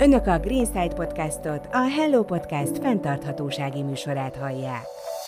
Önök a Greenside Podcastot, a Hello Podcast fenntarthatósági műsorát hallják.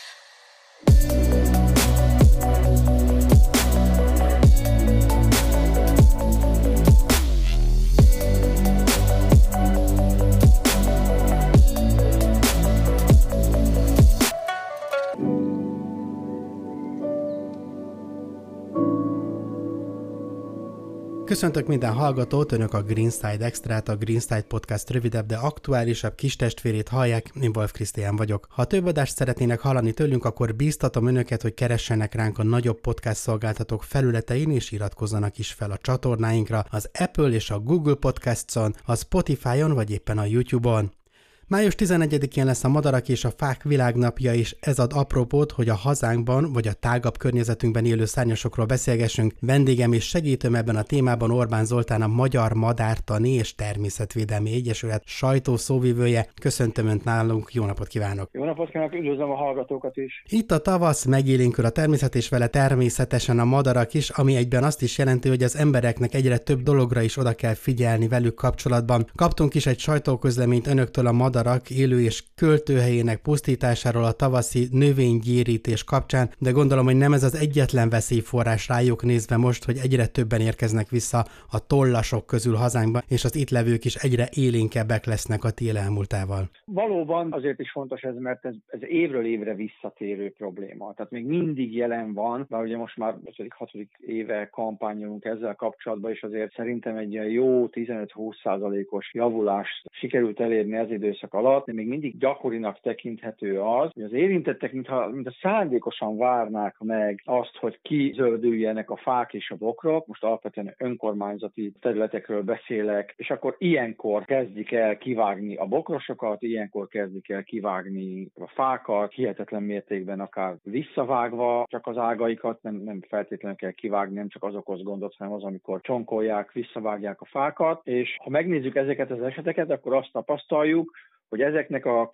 Köszöntök minden hallgatót, önök a Greenside Extrát, a Greenside Podcast rövidebb, de aktuálisabb kis testvérét hallják, én Wolf Krisztián vagyok. Ha több adást szeretnének hallani tőlünk, akkor bíztatom önöket, hogy keressenek ránk a nagyobb podcast szolgáltatók felületein, és iratkozzanak is fel a csatornáinkra, az Apple és a Google Podcasts-on, a Spotify-on, vagy éppen a YouTube-on. Május 11-én lesz a Madarak és a Fák világnapja, és ez ad apropót, hogy a hazánkban vagy a tágabb környezetünkben élő szárnyasokról beszélgessünk. Vendégem és segítőm ebben a témában Orbán Zoltán, a Magyar Madártani és Természetvédelmi Egyesület sajtószóvivője. Köszöntöm Önt nálunk, jó napot kívánok! Jó napot kívánok, üdvözlöm a hallgatókat is! Itt a tavasz, megélénkül a természet és vele természetesen a madarak is, ami egyben azt is jelenti, hogy az embereknek egyre több dologra is oda kell figyelni velük kapcsolatban. Kaptunk is egy sajtóközleményt önöktől a madarak élő és költőhelyének pusztításáról a tavaszi növénygyérítés kapcsán, de gondolom, hogy nem ez az egyetlen veszélyforrás rájuk nézve most, hogy egyre többen érkeznek vissza a tollasok közül hazánkba, és az itt levők is egyre élénkebbek lesznek a tél elmúltával. Valóban azért is fontos ez, mert ez évről évre visszatérő probléma. Tehát még mindig jelen van, de ugye most már 5.-6. éve kampányolunk ezzel kapcsolatban, és azért szerintem egy ilyen jó 15-20%-os javulást sikerült elérni ez időszak alatt, de még mindig gyakorinak tekinthető az, hogy az érintettek, mintha szándékosan várnák meg azt, hogy kizöldüljenek a fák és a bokrok, most alapvetően önkormányzati területekről beszélek, és akkor ilyenkor kezdik el kivágni a bokrosokat, ilyenkor kezdik el kivágni a fákat, hihetetlen mértékben akár visszavágva csak az ágaikat, nem feltétlenül kell kivágni, nem csak az okoz gondot, hanem az, amikor csonkolják, visszavágják a fákat, és ha megnézzük ezeket az eseteket, akkor azt tapasztaljuk, hogy ezeknek a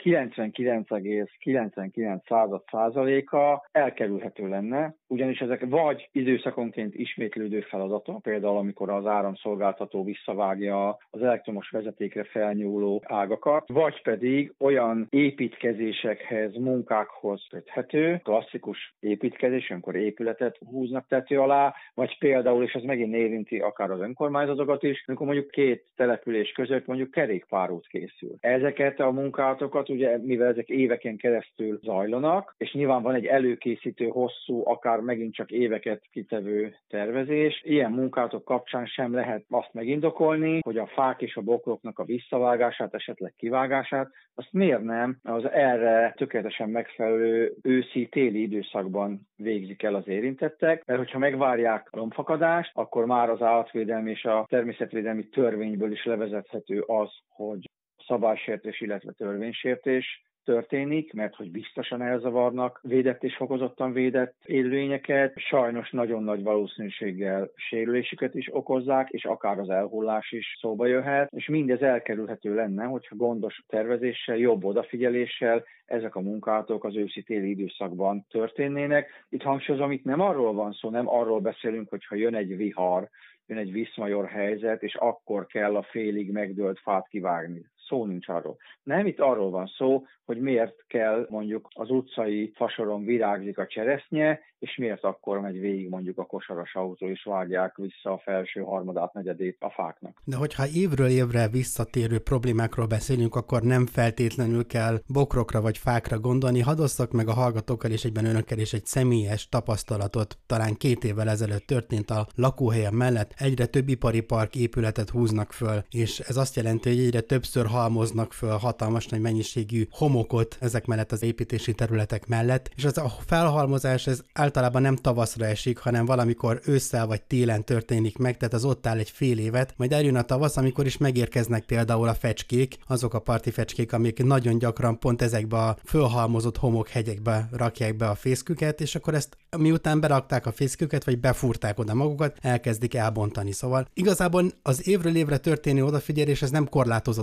99,99%-a elkerülhető lenne, ugyanis ezek vagy időszakonként ismétlődő feladatok, például amikor az áramszolgáltató visszavágja az elektromos vezetékre felnyúló ágakat, vagy pedig olyan építkezésekhez, munkákhoz köthető, klasszikus építkezés, amikor épületet húznak tető alá, vagy például, és ez megint érinti akár az önkormányzatokat is, amikor mondjuk két település között mondjuk kerékpárút készül. Ezeket a munkálatokat, ugye, mivel ezek éveken keresztül zajlanak, és nyilván van egy előkészítő, hosszú, akár megint csak éveket kitevő tervezés, ilyen munkálatok kapcsán sem lehet azt megindokolni, hogy a fák és a bokroknak a visszavágását, esetleg kivágását, azt miért nem az erre tökéletesen megfelelő őszi-téli időszakban végzik el az érintettek, mert hogyha megvárják a lombfakadást, akkor már az állatvédelmi és a természetvédelmi törvényből is levezethető az, hogy szabálysértés, illetve törvénysértés történik, mert hogy biztosan elzavarnak védett és fokozottan védett élőlényeket, sajnos nagyon nagy valószínűséggel sérülésüket is okozzák, és akár az elhullás is szóba jöhet, és mindez elkerülhető lenne, hogyha gondos tervezéssel, jobb odafigyeléssel ezek a munkálatok az őszi-téli időszakban történnének. Itt hangsúlyozom, itt nem arról van szó, nem arról beszélünk, hogyha jön egy vihar, jön egy viszmajor helyzet, és akkor kell a félig megdőlt fát kivágni. Szó nincs arról. Nem, itt arról van szó, hogy miért kell mondjuk az utcai fasoron virágzik a cseresznye, és miért akkor megy végig mondjuk a kosaras autó, és vágják vissza a felső harmadát, negyedét a fáknak. De hogyha évről évre visszatérő problémákról beszélünk, akkor nem feltétlenül kell bokrokra vagy fákra gondolni. Hadd osszak meg a hallgatókkal és egyben önökkel is egy személyes tapasztalatot. Talán 2 évvel ezelőtt történt a lakóhelyem mellett. Egyre több ipari park épületet húznak föl, és ez azt jelenti, hogy egyre többször halmoznak föl hatalmas nagy mennyiségű homokot ezek mellett az építési területek mellett, és az a felhalmozás ez általában nem tavaszra esik, hanem valamikor ősszel vagy télen történik meg, tehát az ott áll egy fél évet, majd eljön a tavasz, amikor is megérkeznek például a fecskék, azok a parti fecskék, amik nagyon gyakran pont ezekbe a fölhalmozott homokhegyekbe rakják be a fészküket, és akkor ezt miután berakták a fészküket, vagy befúrták oda magukat, elkezdik elbontani. Szóval igazából az évről évre történő odafigyelés ez nem korlátozódik feltétlenül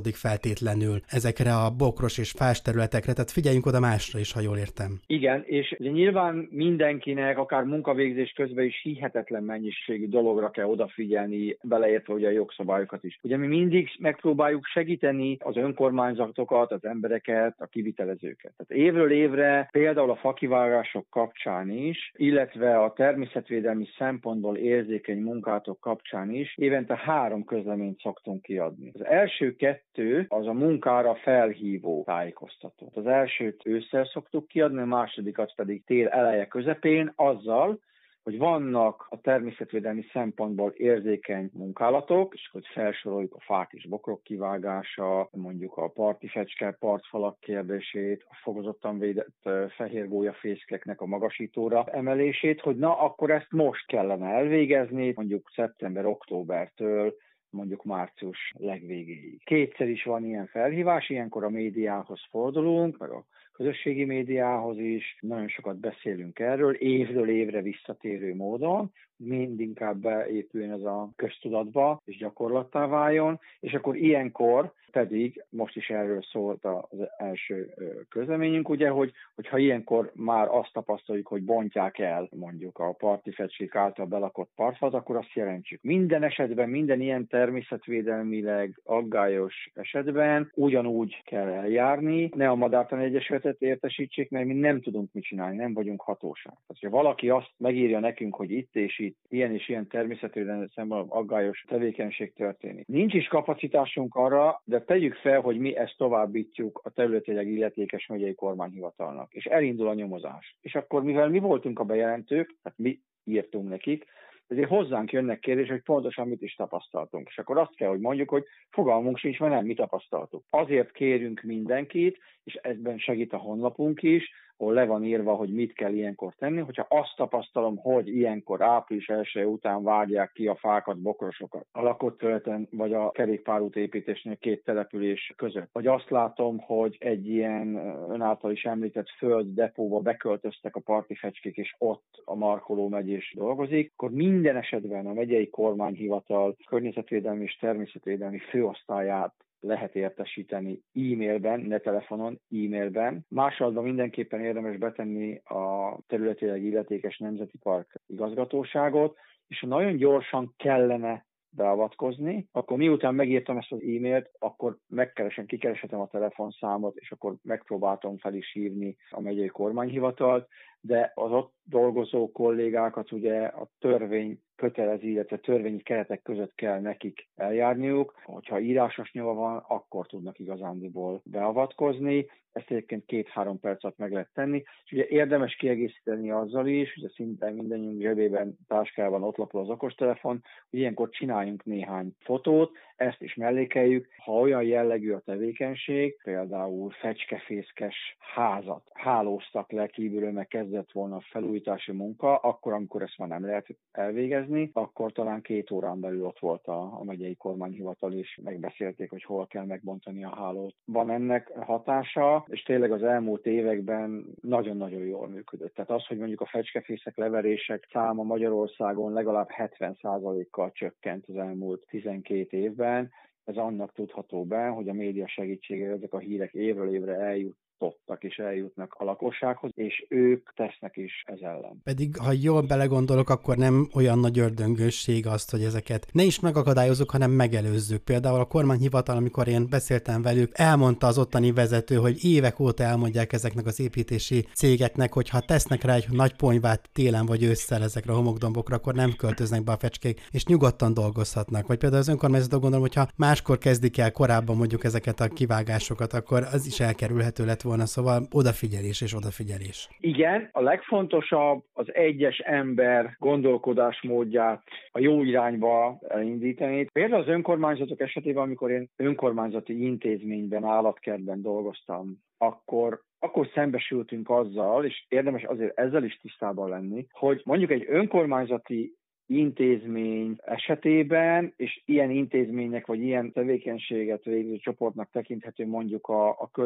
feltétlenül ezekre a bokros és fás területekre, tehát figyeljünk oda másra is, ha jól értem. Igen, és ugye nyilván mindenkinek, akár munkavégzés közben is hihetetlen mennyiségű dologra kell odafigyelni, beleértve ugye a jogszabályokat is. Ugye mi mindig megpróbáljuk segíteni az önkormányzatokat, az embereket, a kivitelezőket. Tehát évről évre például a fakivágások kapcsán is, illetve a természetvédelmi szempontból érzékeny munkátok kapcsán is évente 3 közleményt szoktunk kiadni. Az első 2 az a munkára felhívó tájékoztató. Az elsőt ősszel szoktuk kiadni, a másodikat pedig tél eleje közepén azzal, hogy vannak a természetvédelmi szempontból érzékeny munkálatok, és hogy felsoroljuk a fák és bokrok kivágása, mondjuk a parti fecske, partfalak kérdését, a fokozottan védett fehér gólyafészkeknek a magasítóra emelését, hogy na, akkor ezt most kellene elvégezni, mondjuk szeptember-októbertől mondjuk március legvégéig. 2-szer is van ilyen felhívás, ilyenkor a médiához fordulunk, meg a közösségi médiához is, nagyon sokat beszélünk erről, évről évre visszatérő módon, mindinkább beépüljön ez a köztudatba, és gyakorlattá váljon, és akkor ilyenkor pedig, most is erről szólt az első közleményünk, ugye, hogyha ilyenkor már azt tapasztaljuk, hogy bontják el mondjuk a parti fecskék által belakott partfalat, akkor azt jelentsük. Minden esetben, minden ilyen természetvédelmileg aggályos esetben ugyanúgy kell eljárni, ne a Madártani Egyesületet értesítsék, mert mi nem tudunk mit csinálni, nem vagyunk hatóság. Tehát, ha valaki azt megírja nekünk, hogy itt és itt ilyen és ilyen természetvédelmi szemben aggályos tevékenység történik. Nincs is kapacitásunk arra, de tegyük fel, hogy mi ezt továbbítjuk a területileg illetékes megyei kormányhivatalnak, és elindul a nyomozás. És akkor, mivel mi voltunk a bejelentők, tehát mi írtunk nekik, ezért hozzánk jönnek kérdések, hogy pontosan mit is tapasztaltunk. És akkor azt kell, hogy mondjuk, hogy fogalmunk sincs, mert nem mi tapasztaltuk. Azért kérünk mindenkit, és ebben segít a honlapunk is, ahol le van írva, hogy mit kell ilyenkor tenni, hogyha azt tapasztalom, hogy ilyenkor április 1 után vágják ki a fákat, bokrosokat a lakott területen, vagy a kerékpárút építésnél 2 település között. Vagy azt látom, hogy egy ilyen ön által is említett földdepóba beköltöztek a parti fecskék, és ott a Markoló megyés dolgozik, akkor minden esetben a megyei kormányhivatal környezetvédelmi és természetvédelmi főosztályát lehet értesíteni e-mailben, ne telefonon, e-mailben. Másodban mindenképpen érdemes betenni a területileg illetékes Nemzeti Park igazgatóságot, és ha nagyon gyorsan kellene beavatkozni, akkor miután megírtam ezt az e-mailt, akkor kikereshetem a telefonszámot, és akkor megpróbáltam fel is hívni a megyei kormányhivatalt, de az ott dolgozó kollégákat ugye a törvény kötelezi, illetve törvényi keretek között kell nekik eljárniuk. Hogyha írásos nyoma van, akkor tudnak igazándiból beavatkozni. Ezt egyébként 2-3 perc alatt meg lehet tenni. És ugye érdemes kiegészíteni azzal is, hogy szinte mindannyiunk zsebében, táskában ott lapul az okostelefon, hogy ilyenkor csináljunk néhány fotót, ezt is mellékeljük. Ha olyan jellegű a tevékenység, például fecskefészkes házat hálóztak le kívülről, meg kezdett volna a felújítási munka, akkor, amikor ezt már nem lehet elvégezni, akkor talán 2 órán belül ott volt a megyei kormányhivatal is, megbeszélték, hogy hol kell megbontani a hálót. Van ennek hatása, és tényleg az elmúlt években nagyon-nagyon jól működött. Tehát az, hogy mondjuk a fecskefészek, leverések száma Magyarországon legalább 70%-kal csökkent az elmúlt 12 évben, ez annak tudható be, hogy a média segítségével ezek a hírek évről évre eljutottak és eljutnak a lakossághoz, és ők tesznek is ez ellen. Pedig, ha jól belegondolok, akkor nem olyan nagy ördöngősség azt, hogy ezeket ne is megakadályozunk, hanem megelőzzük. Például a kormányhivatal, amikor én beszéltem velük, elmondta az ottani vezető, hogy évek óta elmondják ezeknek az építési cégeknek, hogy ha tesznek rá egy nagy ponyvát télen vagy ősszel ezekre a homokdombokra, akkor nem költöznek be a fecskék, és nyugodtan dolgozhatnak. Vagy például az önkormányzatok, gondolom, hogyha máskor kezdik el korábban mondjuk ezeket a kivágásokat, akkor az is elkerülhető lett volna, szóval odafigyelés és odafigyelés. Igen, a legfontosabb az egyes ember gondolkodásmódját a jó irányba elindítani. Például az önkormányzatok esetében, amikor én önkormányzati intézményben, állatkertben dolgoztam, akkor szembesültünk azzal, és érdemes azért ezzel is tisztában lenni, hogy mondjuk egy önkormányzati intézmény esetében, és ilyen intézménynek vagy ilyen tevékenységet végző csoportnak tekinthető mondjuk a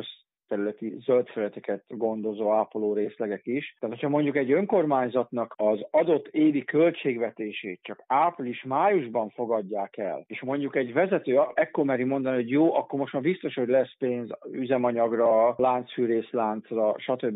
területi zöld felületeket gondozó ápoló részlegek is. Tehát, hogyha mondjuk egy önkormányzatnak az adott évi költségvetését csak április-májusban fogadják el, és mondjuk egy vezető ekkor meri mondani, hogy jó, akkor most már biztos, hogy lesz pénz üzemanyagra, láncfűrészláncra,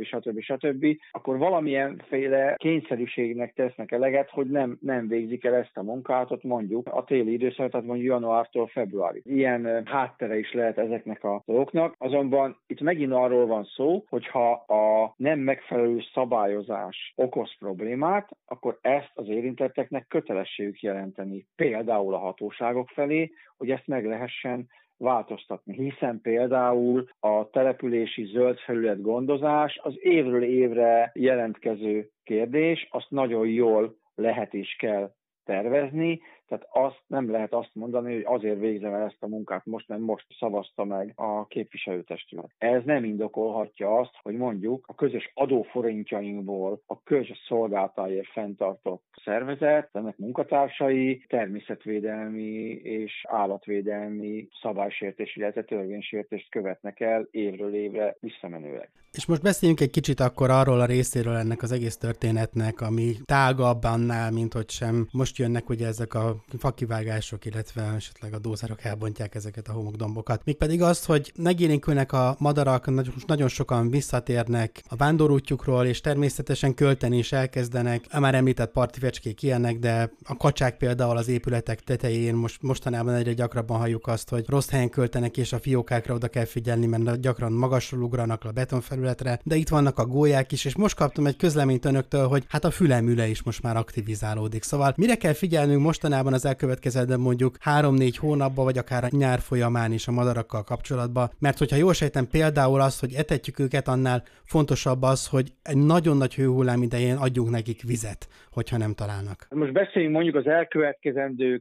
stb., akkor valamilyenféle kényszerűségnek tesznek eleget, hogy nem végzik el ezt a munkát, ott mondjuk a téli időszak, tehát mondjuk januártól februárig. Ilyen háttere is lehet ezeknek a dolgoknak, azonban itt megint arról van szó, hogyha a nem megfelelő szabályozás okoz problémát, akkor ezt az érintetteknek kötelességük jelenteni, például a hatóságok felé, hogy ezt meg lehessen változtatni, hiszen például a települési zöld felület gondozás az évről évre jelentkező kérdés, azt nagyon jól lehet és kell tervezni, tehát nem lehet azt mondani, hogy azért végzem el ezt a munkát most, mert most szavazta meg a képviselőtestület. Ez nem indokolhatja azt, hogy mondjuk a közös adóforintjainkból a közös szolgáltáért fenntartott szervezet, ennek munkatársai természetvédelmi és állatvédelmi szabálysértés, illetve törvénysértést követnek el évről évre visszamenőleg. És most beszéljünk egy kicsit akkor arról a részéről ennek az egész történetnek, ami tágabb annál, mint hogy sem most jönnek ugye ezek a fakivágások, illetve esetleg a dózerok elbontják ezeket a homokdombokat. Mégpedig azt, hogy megélénkülnek a madarak, nagyon sokan visszatérnek a vándorútjukról, és természetesen költeni is elkezdenek. Már említett parti fecskék ilyenek, de a kacsák például az épületek tetején mostanában egyre gyakrabban halljuk azt, hogy rossz helyen költenek, és a fiókákra oda kell figyelni, mert gyakran magasról ugranak a betonfelületre, de itt vannak a gólyák is, és most kaptam egy közleményt önöktől, hogy hát a fülemüle is most már aktivizálódik. Szóval mire kell figyelnünk mostanában az elkövetkezendő mondjuk 3-4 hónapban, vagy akár a nyár folyamán is a madarakkal kapcsolatban, mert hogyha jól sejtem például azt, hogy etetjük őket, annál fontosabb az, hogy egy nagyon nagy hőhullám idején adjunk nekik vizet, hogyha nem találnak. Most beszéljünk mondjuk az elkövetkezendő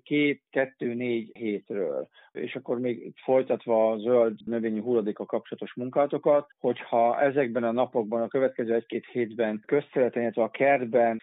2-4 hétről, és akkor még folytatva a zöld növényi hulladékkal kapcsolatos munkátokat, hogyha ezekben a napokban, a következő 1-2 hétben közterületen, illetve a kertben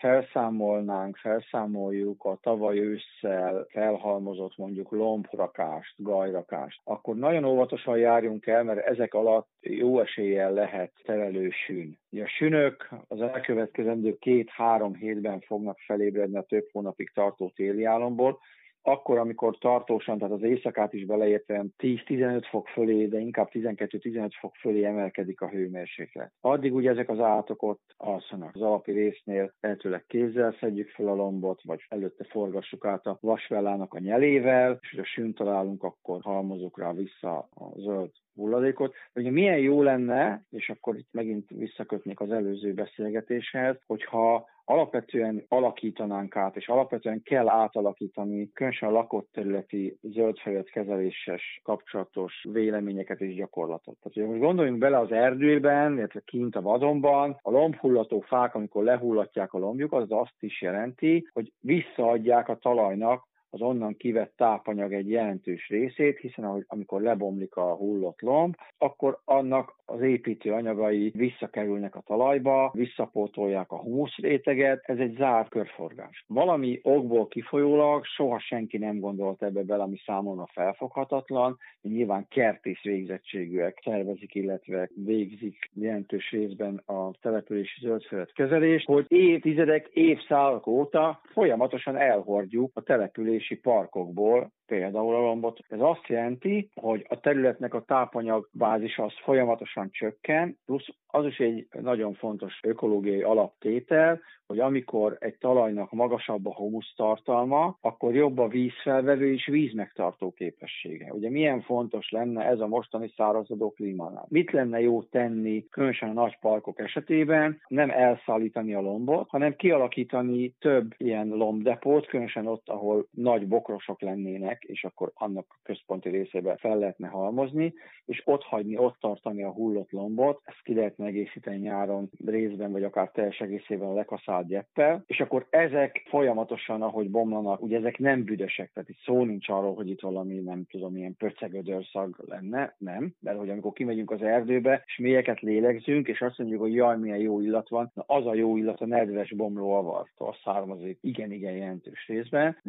felszámoljuk a tavaly ősszel felhalmozott mondjuk lombrakást, gajrakást, akkor nagyon óvatosan járjunk el, mert ezek alatt jó eséllyel lehet terelő sün. A sünök az elkövetkezendő 2-3 hétben fognak felébredni a több hónapig tartó téli álomból, akkor, amikor tartósan, tehát az éjszakát is beleértve 10-15 fok fölé, de inkább 12-15 fok fölé emelkedik a hőmérséklet. Addig ugye ezek az állatok ott alszanak. Az alapi résznél lehetőleg kézzel szedjük fel a lombot, vagy előtte forgassuk át a vasvellának a nyelével, és ha sűnt találunk, akkor halmozzuk rá vissza a zöld hulladékot. Ugye milyen jó lenne, és akkor itt megint visszakötnék az előző beszélgetéshez, hogyha alapvetően alakítanánk át, és alapvetően kell átalakítani különösen a lakott területi zöld felület kezeléses kapcsolatos véleményeket és gyakorlatot. Tehát, hogy most gondoljunk bele az erdőben, illetve kint a vadonban, a lombhullató fák, amikor lehullatják a lombjukat, az azt is jelenti, hogy visszaadják a talajnak az onnan kivett tápanyag egy jelentős részét, hiszen amikor lebomlik a hullott lomb, akkor annak az építő anyagai visszakerülnek a talajba, visszapótolják a humuszréteget, ez egy zárt körforgás. Valami okból kifolyólag soha senki nem gondolt ebbe bele, ami számomra felfoghatatlan, nyilván kertész végzettségűek szervezik, illetve végzik jelentős részben a települési zöldfelület kezelést, hogy évtizedek, évszázadok óta folyamatosan elhordjuk a települési parkokból például a lombot. Ez azt jelenti, hogy a területnek a tápanyag bázisa az folyamatosan csökken, plusz az is egy nagyon fontos ökológiai alaptétel, hogy amikor egy talajnak magasabb a humusz tartalma, akkor jobb a vízfelvevő és vízmegtartó képessége. Ugye milyen fontos lenne ez a mostani szárazodó klímánál? Mit lenne jó tenni, különösen a nagy parkok esetében, nem elszállítani a lombot, hanem kialakítani több ilyen lombdepót, különösen ott, ahol nagy bokrosok lennének, és akkor annak a központi részébe fel lehetne halmozni, és ott hagyni, ott tartani a hullott lombot, ezt ki lehetne egészíteni nyáron részben, vagy akár teljes egészében a lekaszált gyeppel, és akkor ezek folyamatosan, ahogy bomlanak, ugye ezek nem büdösek, tehát itt szó nincs arról, hogy itt valami, nem tudom, ilyen pöcegödörszag lenne, nem, mert hogy amikor kimegyünk az erdőbe, és mélyeket lélegzünk, és azt mondjuk, hogy jaj, milyen jó illat van, na az a jó illat a nedves bomló avartól származik, igen jelentős részben, és ez a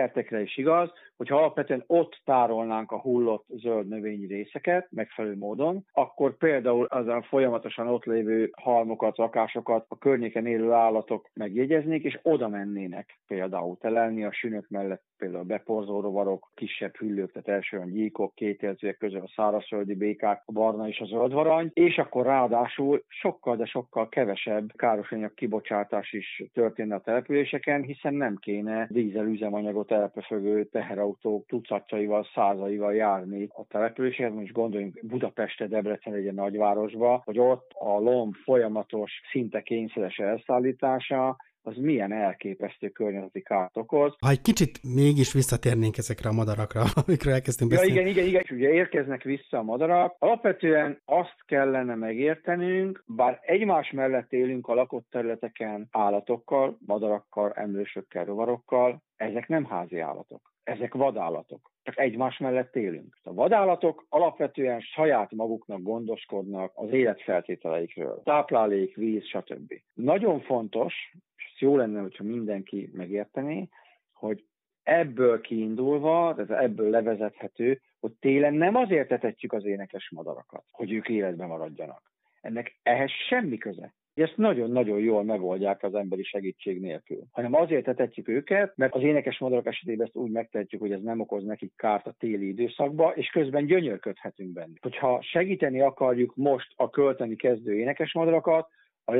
kertekre is igaz, hogyha alapvetően ott tárolnánk a hullott zöld növényi részeket megfelelő módon, akkor például az a folyamatosan ott lévő halmokat, rakásokat a környéken élő állatok megjegyeznék, és oda mennének például telelni a sünök mellett, például beporzó rovarok, kisebb hüllők, tehát elsősorban gyíkok, kétélzőek közül a szárazföldi békák, a barna és a zöldvarany, és akkor ráadásul sokkal, de sokkal kevesebb károsanyag kibocsátás is történne a településeken, hiszen nem kéne dízelüzemanyagot elpöfögő teherautók tucatjaival, százaival járni a településeken. Most gondoljunk Budapestre, Debrecenre, egy nagyvárosba, hogy ott a lomb folyamatos, szinte kényszeres elszállítása, az milyen elképesztő környezeti kárt okoz. Ha egy kicsit mégis visszatérnénk ezekre a madarakra, amikről elkezdtünk beszélni. Igen. Ugye érkeznek vissza a madarak. Alapvetően azt kellene megértenünk, bár egymás mellett élünk a lakott területeken állatokkal, madarakkal, emlősökkel, rovarokkal, ezek nem házi állatok. Ezek vadállatok. Csak egymás mellett élünk. A vadállatok alapvetően saját maguknak gondoskodnak az életfeltételeikről. Táplálék, víz, stb. Nagyon fontos, és jó lenne, hogyha mindenki megértené, hogy ebből kiindulva, tehát ebből levezethető, hogy télen nem azért etetjük az énekes madarakat, hogy ők életben maradjanak. Ehhez semmi köze. Ezt nagyon-nagyon jól megoldják az emberi segítség nélkül. Hanem azért etetjük őket, mert az énekes madarak esetében ezt úgy megtehetjük, hogy ez nem okoz nekik kárt a téli időszakba, és közben gyönyörködhetünk benne. Hogyha segíteni akarjuk most a költeni kezdő énekes madarakat, a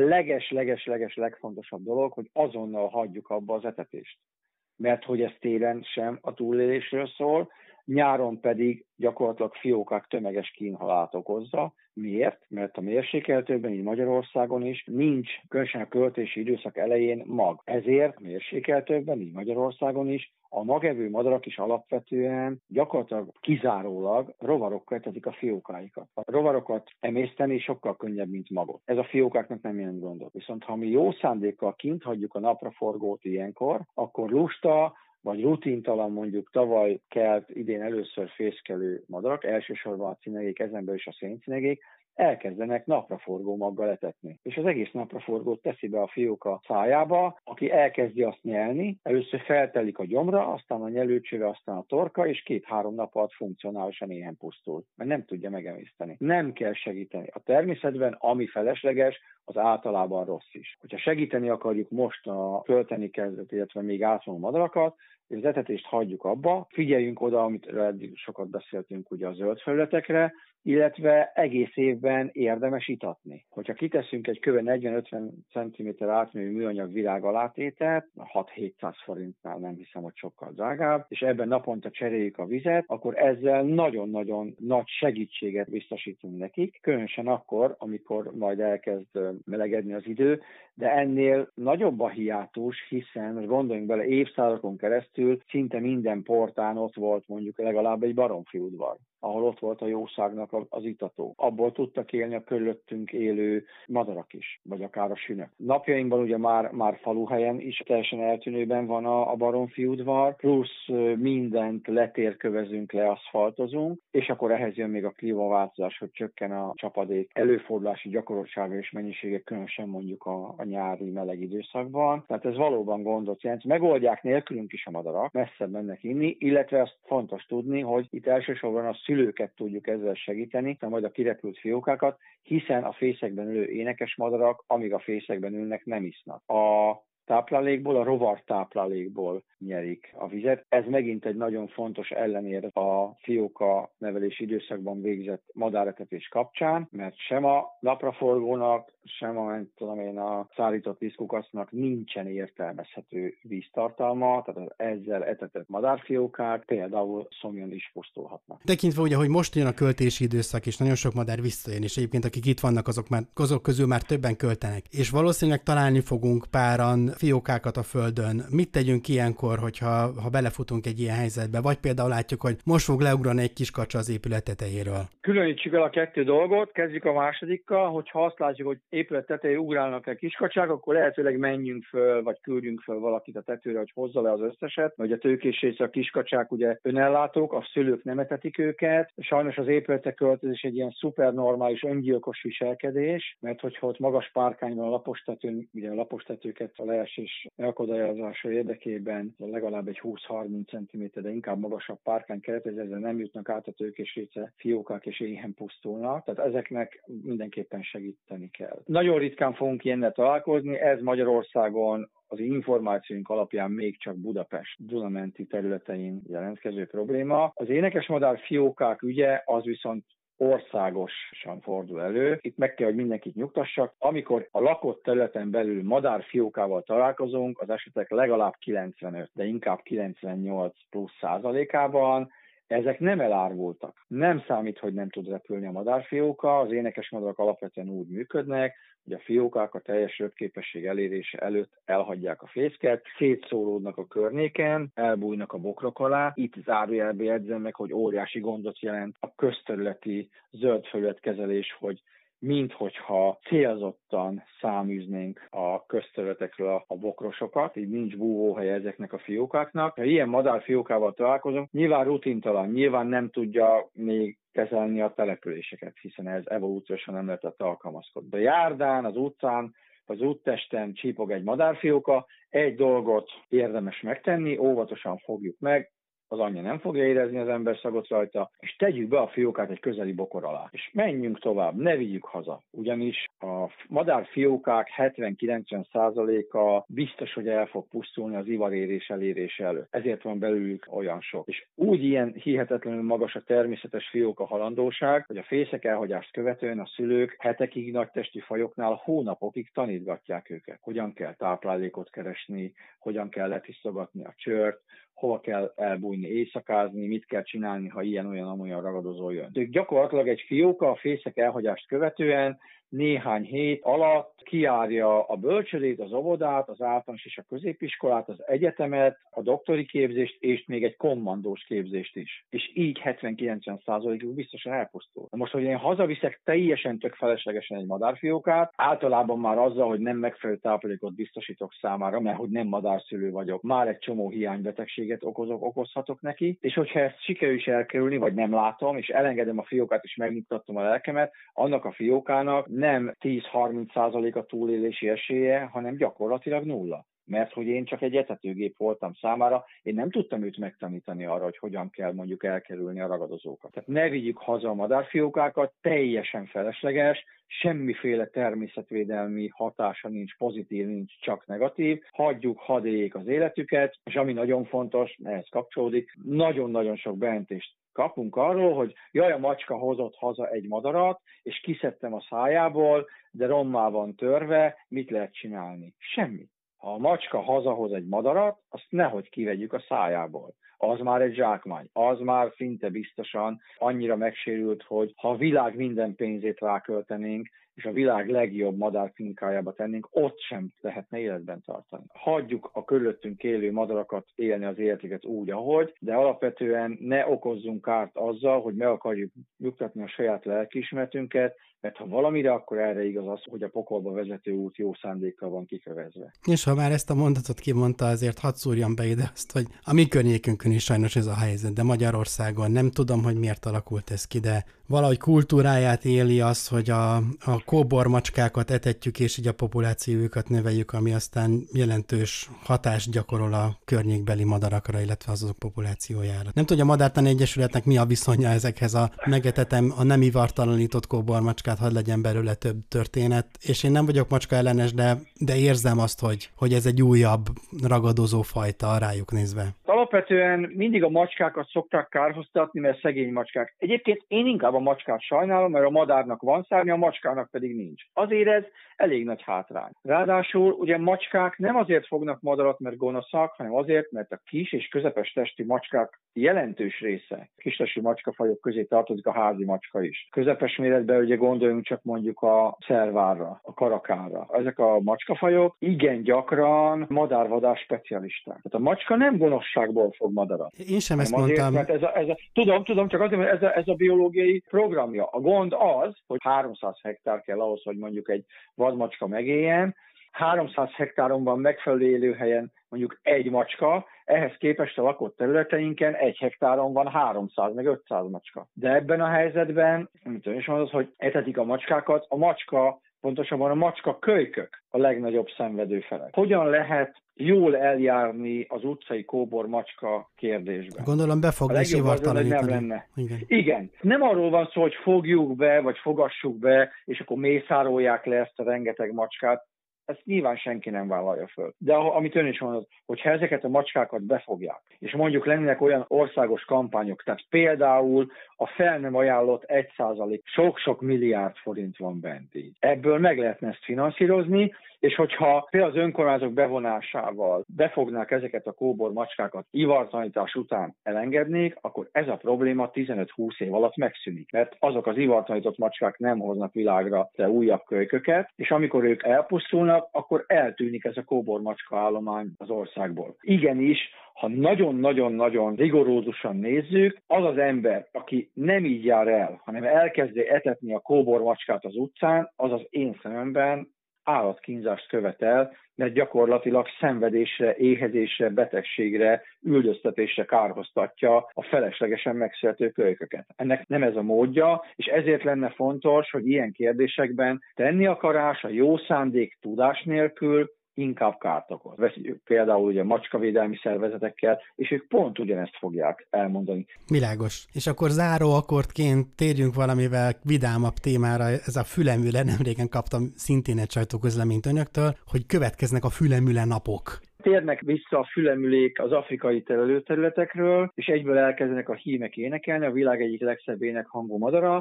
leges legfontosabb dolog, hogy azonnal hagyjuk abba az etetést. Mert hogy ez télen sem a túlélésről szól, nyáron pedig gyakorlatilag fiókák tömeges kínhalált okozza. Miért? Mert a mérsékeltőkben, így Magyarországon is nincs, különösen a költési időszak elején mag. Ezért a mérsékeltőkben, így Magyarországon is a magevő madarak is alapvetően gyakorlatilag kizárólag rovarokkal etetik a fiókáikat. A rovarokat emészteni sokkal könnyebb, mint magot. Ez a fiókáknak nem jelent gondot. Viszont ha mi jó szándékkal kint hagyjuk a napraforgót ilyenkor, akkor lusta vagy rutintalan, mondjuk tavaly kelt, idén először fészkelő madarak, elsősorban a cinegék, ezen belül is a széncinegék, elkezdenek napraforgó maggal etetni. És az egész napraforgót teszi be a fióka szájába, aki elkezdi azt nyelni, először feltelik a gyomra, aztán a nyelőcsőve, aztán a torka, és 2-3 nap alatt funkcionálisan éhen pusztul, mert nem tudja megemészteni. Nem kell segíteni. A természetben, ami felesleges, az általában rossz is. Hogyha segíteni akarjuk most a költeni kezdet, illetve még átvonó madarakat, és az etetést hagyjuk abba, figyeljünk oda, amit eddig sokat beszéltünk ugye a zöld felületekre, illetve egész évben érdemes itatni. Hogyha kiteszünk egy köve 40-50 cm átmérőjű műanyag virág alátételt, 6-700 forintnál nem hiszem, hogy sokkal drágább, és ebben naponta cseréljük a vizet, akkor ezzel nagyon-nagyon nagy segítséget biztosítunk nekik, különösen akkor, amikor majd elkezd melegedni az idő, de ennél nagyobb a hiátus, hiszen most gondoljunk bele, évszázadokon keresztül szinte minden portán ott volt mondjuk legalább egy baromfiudvar, ahol ott volt a jószágnak az itató. Abból tudtak élni a körülöttünk élő madarak is, vagy akár a sünök. Napjainkban ugye már faluhelyen is teljesen eltűnőben van a baromfiudvar, plusz mindent letérkövezünk, leaszfaltozunk, és akkor ehhez jön még a klímaváltozás, hogy csökken a csapadék előfordulási gyakorlatsága és mennyisége, különösen mondjuk a nyári meleg időszakban. Tehát ez valóban gondot jelent. Megoldják nélkülünk is a madarak, messzebb mennek inni, illetve azt fontos tudni, hogy itt elsősorban a szülőket tudjuk ezzel segíteni, de majd a kirepült fiókákat, hiszen a fészekben ülő énekes madarak, amíg a fészekben ülnek, nem isznak. A táplálékból, a rovar táplálékból nyerik a vizet. Ez megint egy nagyon fontos ellenér a fióka nevelési időszakban végzett madáretetés kapcsán, mert sem a napraforgónak, sem a szállított vízkukacnak nincsen értelmezhető víztartalma, tehát az ezzel etetett madárfiókák például szomjon is pusztulhatnak. Tekintve ugye, hogy most jön a költési időszak, és nagyon sok madár visszajön, és egyébként akik itt vannak, azok közül már többen költenek. És valószínűleg találni fogunk páran fiókákat a földön. Mit tegyünk ilyenkor, hogyha belefutunk egy ilyen helyzetbe? Vagy például látjuk, hogy most fog leugrani egy kis kacsa az épület tetejéről. Különítsük el a kettő dolgot, kezdjük a másodikkal, hogyha azt látjuk, hogy épület tetején ugrálnak el kiskacsák, akkor lehetőleg menjünk föl, vagy küldjünk föl valakit a tetőre, hogy hozza le az összeset, vagy a tőkés része, a kiskacsák ugye önellátók, a szülők nem etetik őket. Sajnos az épületek költözés egy ilyen szupernormális, öngyilkos viselkedés, mert hogyha ott magas párkány van a lapos tetőn, ugye a lapos tetőket, a kiesés elakadályozása érdekében legalább egy 20-30 cm, de inkább magasabb párkány keretezésre nem jutnak át a tőkés része fiókák és éhen pusztulnak, tehát ezeknek mindenképpen segíteni kell. Nagyon ritkán fogunk ilyennel találkozni, ez Magyarországon az információink alapján még csak Budapest Duna-menti területein jelentkező probléma. Az énekesmadár fiókák ügye az viszont országosan fordul elő. Itt meg kell, hogy mindenkit nyugtassak. Amikor a lakott területen belül madárfiókával találkozunk, az esetek legalább 95, de inkább 98 plusz százalékában ezek nem elárvultak. Nem számít, hogy nem tud repülni a madárfióka, az énekesmadarak alapvetően úgy működnek, hogy a fiókák a teljes röpképesség elérése előtt elhagyják a fészket, szétszóródnak a környéken, elbújnak a bokrok alá. Itt zárójelbe jegyzem meg, hogy óriási gondot jelent a közterületi zöldfelületkezelés, hogy minthogyha célzottan száműznénk a közterületekről a bokrosokat, így nincs búvóhely ezeknek a fiókáknak. Ha ilyen madárfiókával találkozunk, nyilván rutintalan, nyilván nem tudja még kezelni a településeket, hiszen ez evolúciósan nem lehetett alkalmazkodni. A járdán, az utcán, az úttesten csípog egy madárfióka, egy dolgot érdemes megtenni, óvatosan fogjuk meg, az anyja nem fogja érezni az ember szagot rajta, és tegyük be a fiókát egy közeli bokor alá. És menjünk tovább, ne vigyük haza. Ugyanis a madárfiókák 70-90%-a biztos, hogy el fog pusztulni az ivarérés elérése előtt. Ezért van belőlük olyan sok. És úgy ilyen hihetetlenül magas a természetes fióka halandóság, hogy a fészek elhagyást követően a szülők hetekig nagytesti fajoknál hónapokig tanítgatják őket. Hogyan kell táplálékot keresni, hogyan kell letisztogatni a csört, hova kell elbújni, éjszakázni, mit kell csinálni, ha ilyen-olyan ragadozó jön. Ők gyakorlatilag egy fióka a fészek elhagyást követően néhány hét alatt kijárja a bölcsődét, az óvodát, az általános és a középiskolát, az egyetemet, a doktori képzést, és még egy kommandós képzést is. És így 70-90%-uk biztosan elpusztul. Most, hogy én hazaviszek teljesen tök feleslegesen egy madárfiókát, általában már azzal, hogy nem megfelelő táplálékot biztosítok számára, mert hogy nem madárszülő vagyok, már egy csomó hiánybetegséget okozhatok neki, és hogyha ezt sikerül is elkerülni, vagy nem látom, és elengedem a fiókát, és megnyugtatom a lelkemet, annak a fiókának nem 10-30% a túlélési esélye, hanem gyakorlatilag nulla. Mert hogy én csak egy etetőgép voltam számára, én nem tudtam őt megtanítani arra, hogy hogyan kell mondjuk elkerülni a ragadozókat. Tehát ne vigyük haza a madárfiókákat, teljesen felesleges, semmiféle természetvédelmi hatása nincs, pozitív nincs, csak negatív. Hadd éljék az életüket, és ami nagyon fontos, ehhez kapcsolódik, nagyon-nagyon sok bejelentést kapunk arról, hogy jaj, a macska hozott haza egy madarat, és kiszedtem a szájából, de rommá van törve, mit lehet csinálni? Semmi. Ha a macska hazahoz egy madarat, azt nehogy kivegyük a szájából. Az már egy zsákmány, az már szinte biztosan annyira megsérült, hogy ha a világ minden pénzét ráköltenénk, és a világ legjobb madárklinikájába tennénk, ott sem lehetne életben tartani. Hagyjuk a körülöttünk élő madarakat élni az életüket úgy, ahogy, de alapvetően ne okozzunk kárt azzal, hogy meg akarjuk nyugtatni a saját lelkiismeretünket, mert ha valamire, akkor erre igaz az, hogy a pokolba vezető út jó szándékkal van kikövezve. És ha már ezt a mondatot kimondta, azért hadd szúrjam be ide azt, hogy a mi környékünkön is sajnos ez a helyzet, de Magyarországon nem tudom, hogy miért alakult ez ki, de valahogy kultúráját éli az, hogy a kóbormacskákat etetjük, és így a populációjukat növeljük, ami aztán jelentős hatást gyakorol a környékbeli madarakra, illetve azok populációjára. Nem tudja, a Madártani Egyesületnek mi a viszonya ezekhez a megetetem, a nem ivartalanított kóbormacskát, hadd legyen belőle több történet, és én nem vagyok macska ellenes, de érzem azt, hogy ez egy újabb ragadozó fajta rájuk nézve. Alapvetően mindig a macskákat szokták kárhoztatni, mert szegény macskák. Egyébként én inkább a macskát sajnálom, mert a madárnak van szárnya, a macskának pedig nincs. Azért ez elég nagy hátrány. Ráadásul ugye macskák nem azért fognak madarat, mert gonoszak, hanem azért, mert a kis és közepes testű macskák jelentős része, kistestű macskafajok közé tartozik a házi macska is. Közepes méretben ugye gondoljunk csak mondjuk a szervárra, a karakára. Ezek a macskafajok igen gyakran madárvadás specialisták. Tehát a macska nem gonoszságból fog madarat. Én sem ezt mondtam. Azért, mert tudom, csak azért, mert ez a biológiai programja. A gond az, hogy 300 hektár kell ahhoz, hogy mondjuk egy vadmacska megéljen, 300 hektáron van megfelelő élőhelyen mondjuk egy macska, ehhez képest a lakott területeinken 1 hektáron van 300 meg 500 macska. De ebben a helyzetben, amit ön is mondod, hogy etetik a macskákat, a macska pontosabban a macska kölykök a legnagyobb szenvedő felek. Hogyan lehet jól eljárni az utcai kóbor macska kérdésben? Gondolom befogni és ivartalanítani. Igen. Nem arról van szó, hogy fogjuk be, vagy fogassuk be, és akkor mészárolják le ezt a rengeteg macskát. Ezt nyilván senki nem vállalja föl. De amit ön is mondott, hogyha ezeket a macskákat befogják, és mondjuk lennének olyan országos kampányok, tehát például a fel nem ajánlott 1% sok-sok milliárd forint van bent így. Ebből meg lehetne ezt finanszírozni, és hogyha például az önkormányzatok bevonásával befognák ezeket a kóbor macskákat, ivartalanítás után elengednék, akkor ez a probléma 15-20 év alatt megszűnik. Mert azok az ivartalanított macskák nem hoznak világra de újabb kölyköket, és amikor ők elpusztulnak, akkor eltűnik ez a kóbor macska állomány az országból. Igenis, ha nagyon-nagyon-nagyon rigorózusan nézzük, az az ember, aki nem így jár el, hanem elkezdi etetni a kóbor macskát az utcán, az az én szememben állatkínzást követel, mert gyakorlatilag szenvedésre, éhezésre, betegségre, üldöztetésre kárhoztatja a feleslegesen megszülető kölyköket. Ennek nem ez a módja, és ezért lenne fontos, hogy ilyen kérdésekben tenni akarás, a jó szándék tudás nélkül inkább kárt okoz. Veszünk például ugye macskavédelmi szervezetekkel, és ők pont ugyanezt fogják elmondani. Világos. És akkor záró akkordként térjünk valamivel vidámabb témára. Ez a fülemüle, nemrégen kaptam szintén egy sajtóközleményt önöktől, hogy következnek a fülemüle napok. Térnek vissza a fülemülék az afrikai területekről, és egyből elkezdenek a hímek énekelni, a világ egyik legszebb énekhangú madara.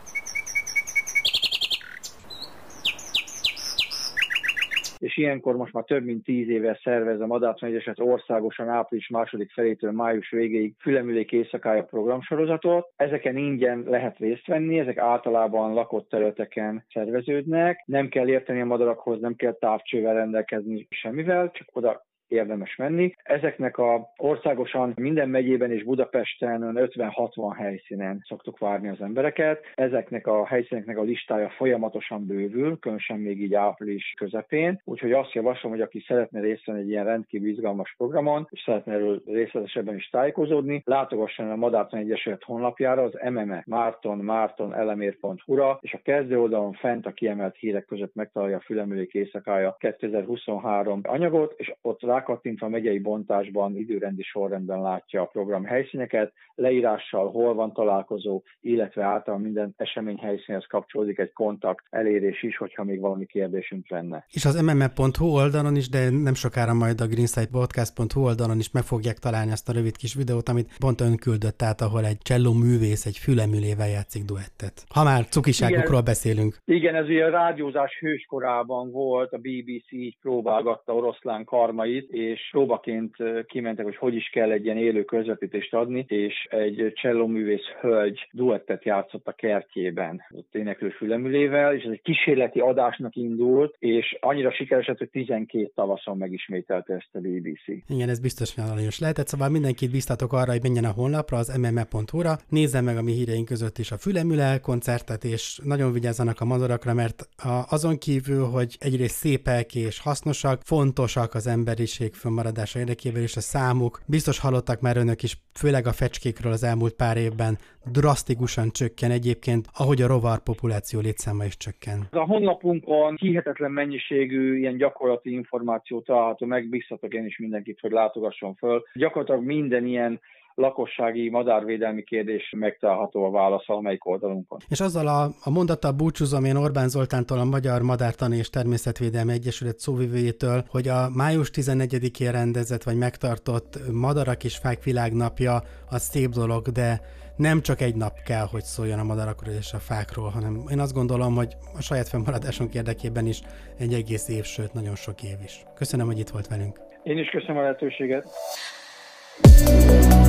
És ilyenkor most már több mint 10 éve szervez a Madártani Egyesület országosan április második felétől május végéig fülemülék éjszakája programsorozatot. Ezeken ingyen lehet részt venni, ezek általában lakott területeken szerveződnek. Nem kell érteni a madarakhoz, nem kell távcsővel rendelkezni semmivel, csak oda érdemes menni. Ezeknek a országosan minden megyében és Budapesten 50-60 helyszínen szoktuk várni az embereket. Ezeknek a helyszíneknek a listája folyamatosan bővül, különösen még így április közepén. Úgyhogy azt javaslom, hogy aki szeretne részt venni egy ilyen rendkívül izgalmas programon, és szeretne erről részletesebben is tájékozódni, látogasson a Madártani Egyesület honlapjára, az mmartonelemér.hu-ra, és a kezdő oldalon fent a kiemelt hírek között megtalálja a Fülemülék éjszakája 2023 anyagot, és ott rákattintva a megyei bontásban, időrendi sorrendben látja a program helyszíneket, leírással, hol van találkozó, illetve általában minden esemény helyszínhez kapcsolódik egy kontakt elérés is, hogyha még valami kérdésünk lenne. És az mmm.hu oldalon is, de nem sokára majd a greensidepodcast.hu oldalon is meg fogják találni azt a rövid kis videót, amit pont ön küldött át, ahol egy cselló művész egy fülemülével játszik duettet. Ha már cukiságokról beszélünk. Igen, ez ugye a rádiózás hőskorában volt, a BBC így próbálgatta Oroszlán karmait, és próbaként kimentek, hogy is kell egy ilyen élő közvetítést adni, és egy csellóművész hölgy duettet játszott a kertjében, ott éneklő fülemülével, és ez egy kísérleti adásnak indult, és annyira sikeres lett, hogy 12 tavaszon megismételte ezt a BBC. Igen, ez biztos aranyos lehetett, szóval mindenkit biztatok arra, hogy menjen a honlapra, az mmm.hu-ra, nézzen meg a mi híreink között is a fülemüle koncertet, és nagyon vigyázzanak a madarakra, mert azon kívül, hogy egyrészt szépek és hasznosak, fontosak az emberiség fönnmaradása érdekében, és a számuk, biztos hallottak már önök is, főleg a fecskékről az elmúlt pár évben drasztikusan csökken egyébként, ahogy a rovar populáció létszáma is csökken. A honlapunkon hihetetlen mennyiségű ilyen gyakorlati információ található, megbíztatok én is mindenkit, hogy látogasson föl. Gyakorlatilag minden ilyen lakossági madárvédelmi kérdés megtalálható a válasz valamelyik oldalunkon. És azzal a mondattal búcsúzom én Orbán Zoltántól, a Magyar Madártani és Természetvédelmi Egyesület szóvivőjétől, hogy a május 14-én rendezett vagy megtartott Madarak és Fák Világnapja az szép dolog, de nem csak egy nap kell, hogy szóljon a madarakról és a fákról, hanem én azt gondolom, hogy a saját fennmaradásunk érdekében is egy egész év, sőt nagyon sok év is. Köszönöm, hogy itt volt velünk. Én is köszönöm a lehetőséget.